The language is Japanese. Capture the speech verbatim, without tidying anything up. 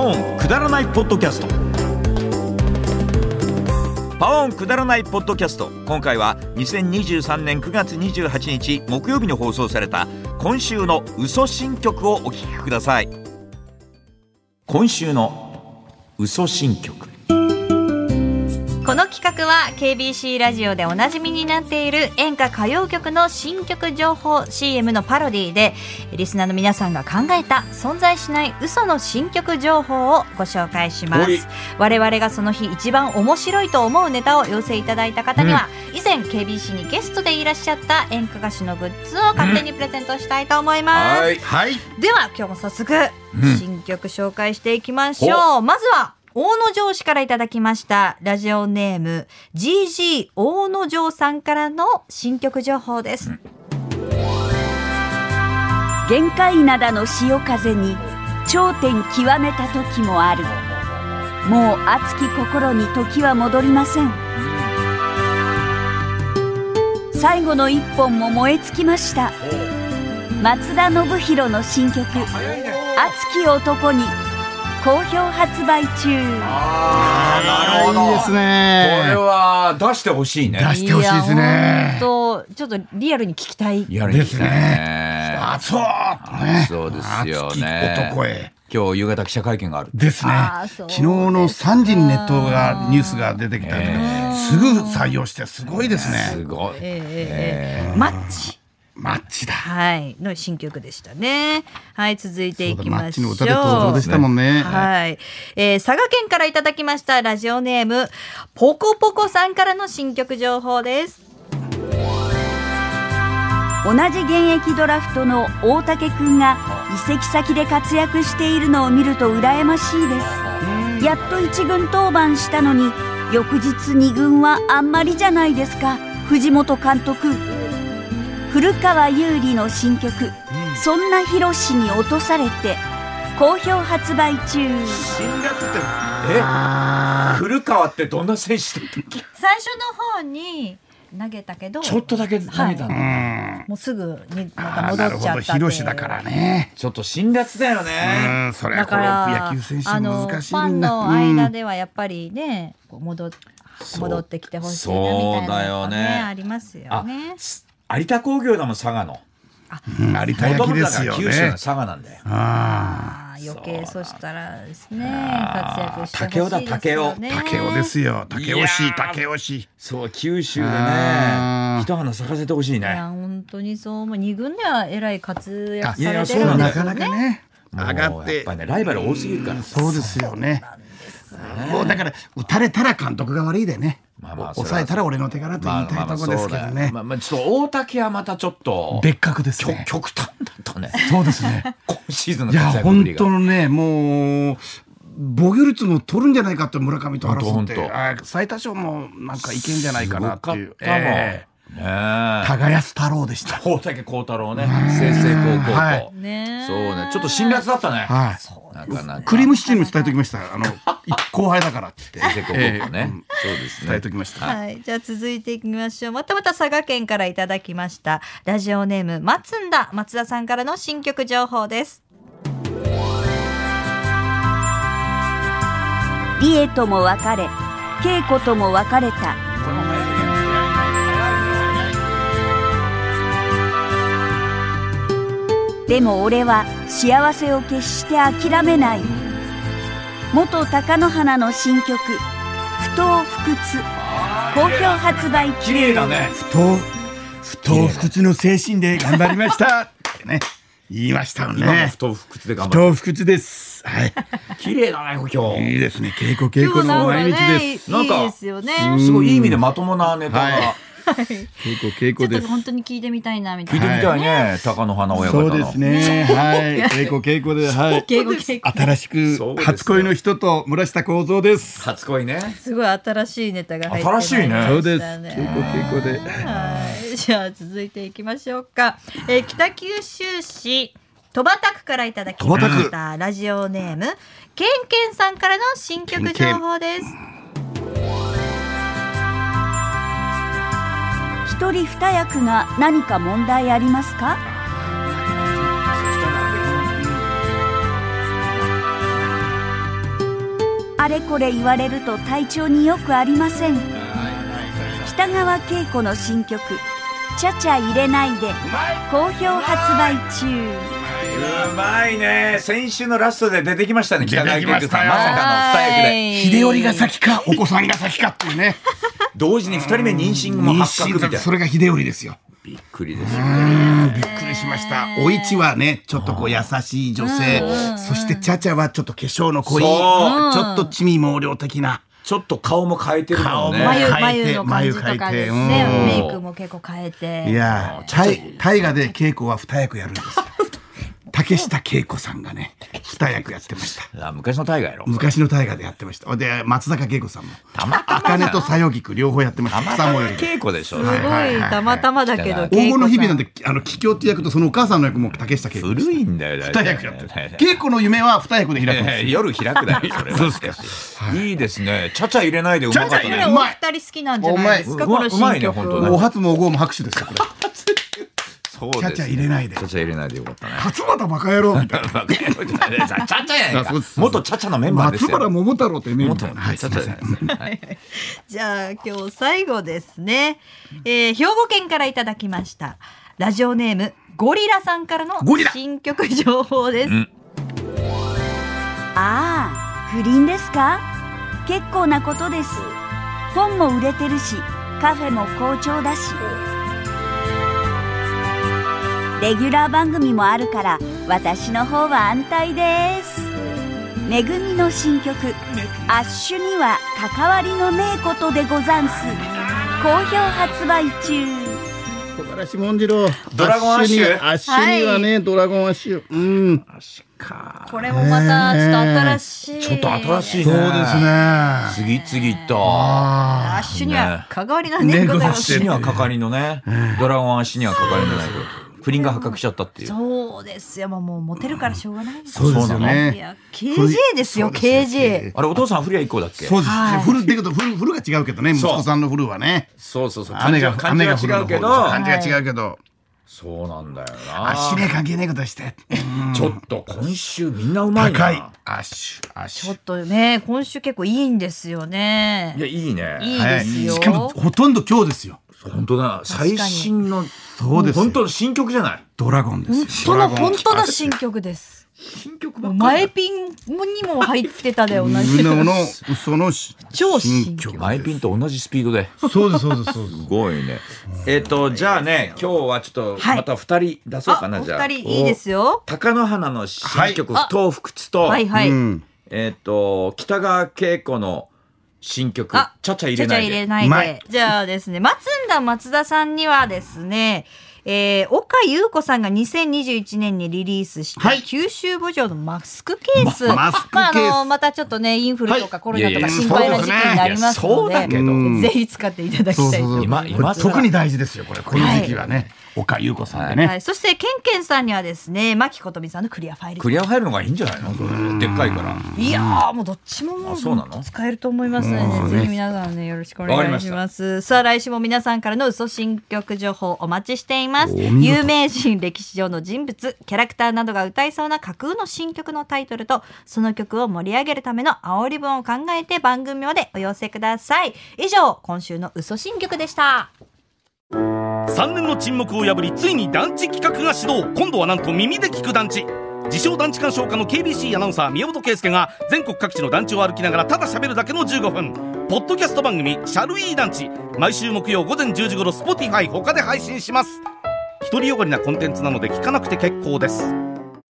パオンくだらないポッドキャスト。パオンくだらないポッドキャスト、今回はにせんにじゅうさんねんくがつにじゅうはちにち木曜日に放送された今週の嘘新曲をお聞きください。今週の嘘新曲。 この企画は ケービーシー ラジオでおなじみになっている演歌歌謡曲の新曲情報 シーエム のパロディで、リスナーの皆さんが考えた存在しない嘘の新曲情報をご紹介します。我々がその日一番面白いと思うネタを寄せいただいた方には、うん、以前 ケービーシー にゲストでいらっしゃった演歌歌手のグッズを勝手にプレゼントしたいと思います、うん、はいはい、では今日も早速、うん、新曲紹介していきましょう。まずは大野城市からいただきましたラジオネーム ジージー 大野城さんからの新曲情報です。 限界灘の潮風に頂点極めた時もある。もう熱き心に時は戻りません。最後の一本も燃え尽きました。松田信弘の新曲熱き男に好評発売中。 あー、なるほど。いいですね。 これは出してほしいね。 出してほしいですね。 本当ちょっとリアルに聞きたいですね。あ、そう、ね、 そうですよね。 熱き男へ。 今日夕方記者会見があるですね。昨日のさんじにネットがニュースが出てきたのですぐ採用してすごいですね。 すごい。 えーえー、マッチ。 マッチだ、 はい、の新曲でしたね。はい、続いていきましょう。 マッチの歌で登場でしたもんね。 はい、えー、佐賀県からいただきましたラジオネームポコポコさんからの新曲情報です。 同じ現役ドラフトの大竹くんが移籍先で活躍しているのを見ると羨ましいです。やっと一軍登板したのに翌日二軍はあんまりじゃないですか。藤本監督。古川優里の新曲、うん、そんなヒロシに落とされて好評発売中。 辛辣ってえ古川ってどんな選手だったっけ？ 最初の方に投げたけどちょっとだけ投げたんだ、 はい、もうすぐにまた戻っちゃったって。なるほど、 ヒロシだからね。 ちょっと辛辣だよね。 うん、それはこれ野球選手難しい。 ファンの間ではやっぱりね、こう戻っ戻ってきてほしいなみたいなのがね、ありますよね。 有田工業だもん、佐賀の。 あ、うん、有田焼ですよね。 九州の佐賀なんだよ。 ああ、余計そしたらですね、活躍してほしいですよね。 武雄だ、武雄。 武雄ですよ。武雄市、武雄市。 そう、九州でね、一花咲かせてほしいね。 いや、本当にそう。もう二軍ではえらい活躍されてるんですよね。 なかなかね、上がって。 やっぱりね、ライバル多すぎるから。 そうですよね。もうだから打たれたら監督が悪いでね。まあまあ抑えたら俺の手柄と言いたいところですけどね。 まあまあちょっと大竹はまたちょっと別格ですね。 極端だったね。 そうですね。 今シーズンの活躍ぶりが。 いや本当のね、もう防御率も取るんじゃないかって村上と争って、最多勝もなんかいけんじゃないかなっていう。 ね、 耕す太郎でした。 大竹幸太郎ね、済々高校と、はい、ね、そうね、ちょっと辛辣だったね。はい、なかなかクリームシチューにも伝えておきました。あの後輩だからって済々高校ね、えーうん、そうですね、 伝えておきました。 はい、じゃあ続いていきましょう。またまた佐賀県からいただきましたラジオネーム松んだ松田さんからの新曲情報です。 リエとも別れ、恵子とも別れた。でも俺は幸せを決して諦めない。元貴乃花の新曲不当不屈好評発売中。 綺麗だね。 不当不当不屈の精神で頑張りましたってね言いましたよね。 今も不当不屈で頑張って。 不当不屈です。はい。 綺麗だね今日。 いいですね。稽古稽古の毎日です。 なんかいいですよね。 すごいいい意味でまともなネタが。はい稽古稽古です。 ちょっと本当に聞いてみたいなみたいな。聞いてみたいね。貴乃花親方の。 そうですね。はい。稽古稽古で、はい。 稽古稽古。 新しく初恋の人と村下幸三です。 初恋ね。 すごい新しいネタが入って新しいね。 そうです。稽古稽古で。 はい。じゃあ続いていきましょうか。えー、北九州市戸畑区からいただきましたラジオネームケンケンさんからの新曲情報です。 一人二役が何か問題ありますか？ あれこれ言われると体調によくありません。北川景子の新曲ちゃちゃ入れないで好評発売中。 うまいね。先週のラストで出てきましたね、北川景子さん。まさかの二役で秀織が先かお子さんが先かっていうね同時に二人目妊娠も発覚みたいな。 それが秀織ですよ。 びっくりですよ。 びっくりしました。おいちはねちょっとこう優しい女性、そしてちゃちゃはちょっと化粧の濃いちょっと地味猛量的な、 ちょっと顔も変えてるもんね。 眉眉の感じとかですね、メイクも結構変えて。 いや大河で稽古は二役やるんですよ。竹下恵子さんがね二役やってました。 あ、昔の大河やろ。 昔の大河でやってました。で松坂慶子さんも茜と小夜菊両方やってました。 たまたま稽古でしょ。 すごいたまたまだけど、 黄金の日々なんで、あの桔梗って役とそのお母さんの役も竹下恵子。 古いんだよ。 二役やってる。稽古の夢は二役で開くんですよ。 夜開くだよそれは。いいですね。ちゃちゃ入れないでうまかったね。 お二人好きなんじゃないですかこの新曲。 お初もお号も拍手ですよこれ。 そうですね。 ちゃちゃ入れないで。 ちゃちゃ入れないでよかったね。 勝俣バカ野郎みたいな。 バカ野郎じゃない。ちゃちゃやないか。元ちゃちゃのメンバーですよ。 松原桃太郎ってメンバー。 はい、ちゃちゃです。 じゃあ今日最後ですね。えー、兵庫県からいただきました。ラジオネームゴリラさんからの新曲情報です。 ああ、不倫ですか？結構なことです。本も売れてるし、カフェも好調だし。レギュラー番組もあるから私の方は安泰です。めぐみの新曲アッシュには関わりのねえことでござんす。好評発売中。 小柄しもんじろドラゴンアッシュ。 アッシュにはね、はい、ドラゴンアッシュ。うん。 これもまたちょっと新しい。 ちょっと新しいね。 そうですね。 次々と。 アッシュには関わりのねえことでござんす。 アッシュには関わりのね。ドラゴンアッシュには関わりのないこと。不倫が発覚しちゃったっていう。 そうですよ。もうモテるからしょうがない。 そうですよね。 いや ケージェー ですよ ケージェー。 あれお父さんフルや一個だっけ？ そうです。フルだけどフルフルが違うけどね。息子さんのフルはね。 そうそうそう。 姉が漢字が違うけど。 漢字が違うけど。 そうなんだよな。 アッシュには関係ないことして。 ちょっと今週みんなうまいな。 高い。アッシュアッシュ。 ちょっとね今週結構いいんですよね。 いやいいね。 いいですよ。 しかもほとんど今日ですよ。 本当だ。最新のそうです。 本当の新曲じゃない。 ドラゴンですよ。本当の本当の新曲です。 新曲ばっかり。 前ピンにも入ってたで同じ。 のの嘘の超新曲。 前ピンと同じスピードで。 そうですそうですそうです。 すごいね。えっとじゃあね今日はちょっとまた二人出そうかな。じゃあ。 お二人いいですよ。 貴乃花の新曲不当不屈と。 はいはい。 えっと北川景子の新曲ちゃちゃ入れないで。 ちゃちゃ入れないで。じゃあですね松田松田さんにはですね。えー、岡優子さんがにせんにじゅういちねんにリリースした、はい、九州墓場のマスクケース、ま、 マスクケース、 まあ、あのまたちょっとねインフルとかコロナとか心配な時期になりますので、ぜひ使っていただきたいと思います。 今今特に大事ですよこれこの時期はね、はい、岡優子さんでね、 はい、そしてケンケンさんにはですね牧琴美さんのクリアファイル、 クリアファイルの方がいいんじゃないの？それでっかいから。 いやーもうどっちももう使えると思いますので、ね、ぜひ皆さんねよろしくお願いします。さあ来週も皆さんからの嘘新曲情報お待ちしています。有名人、歴史上の人物、キャラクターなどが歌いそうな架空の新曲のタイトルとその曲を盛り上げるための煽り文を考えて番組までお寄せください。以上今週の嘘新曲でした。 さんねんの沈黙を破りついに団地企画が始動。今度はなんと耳で聞く団地。自称団地鑑賞家の ケービーシー アナウンサー宮本圭介が全国各地の団地を歩きながらただ喋るだけのじゅうごふんポッドキャスト番組シャルイー団地、毎週木曜午前じゅうじ頃 Spotify 他で配信します。独りよがりなコンテンツなので聞かなくて結構です。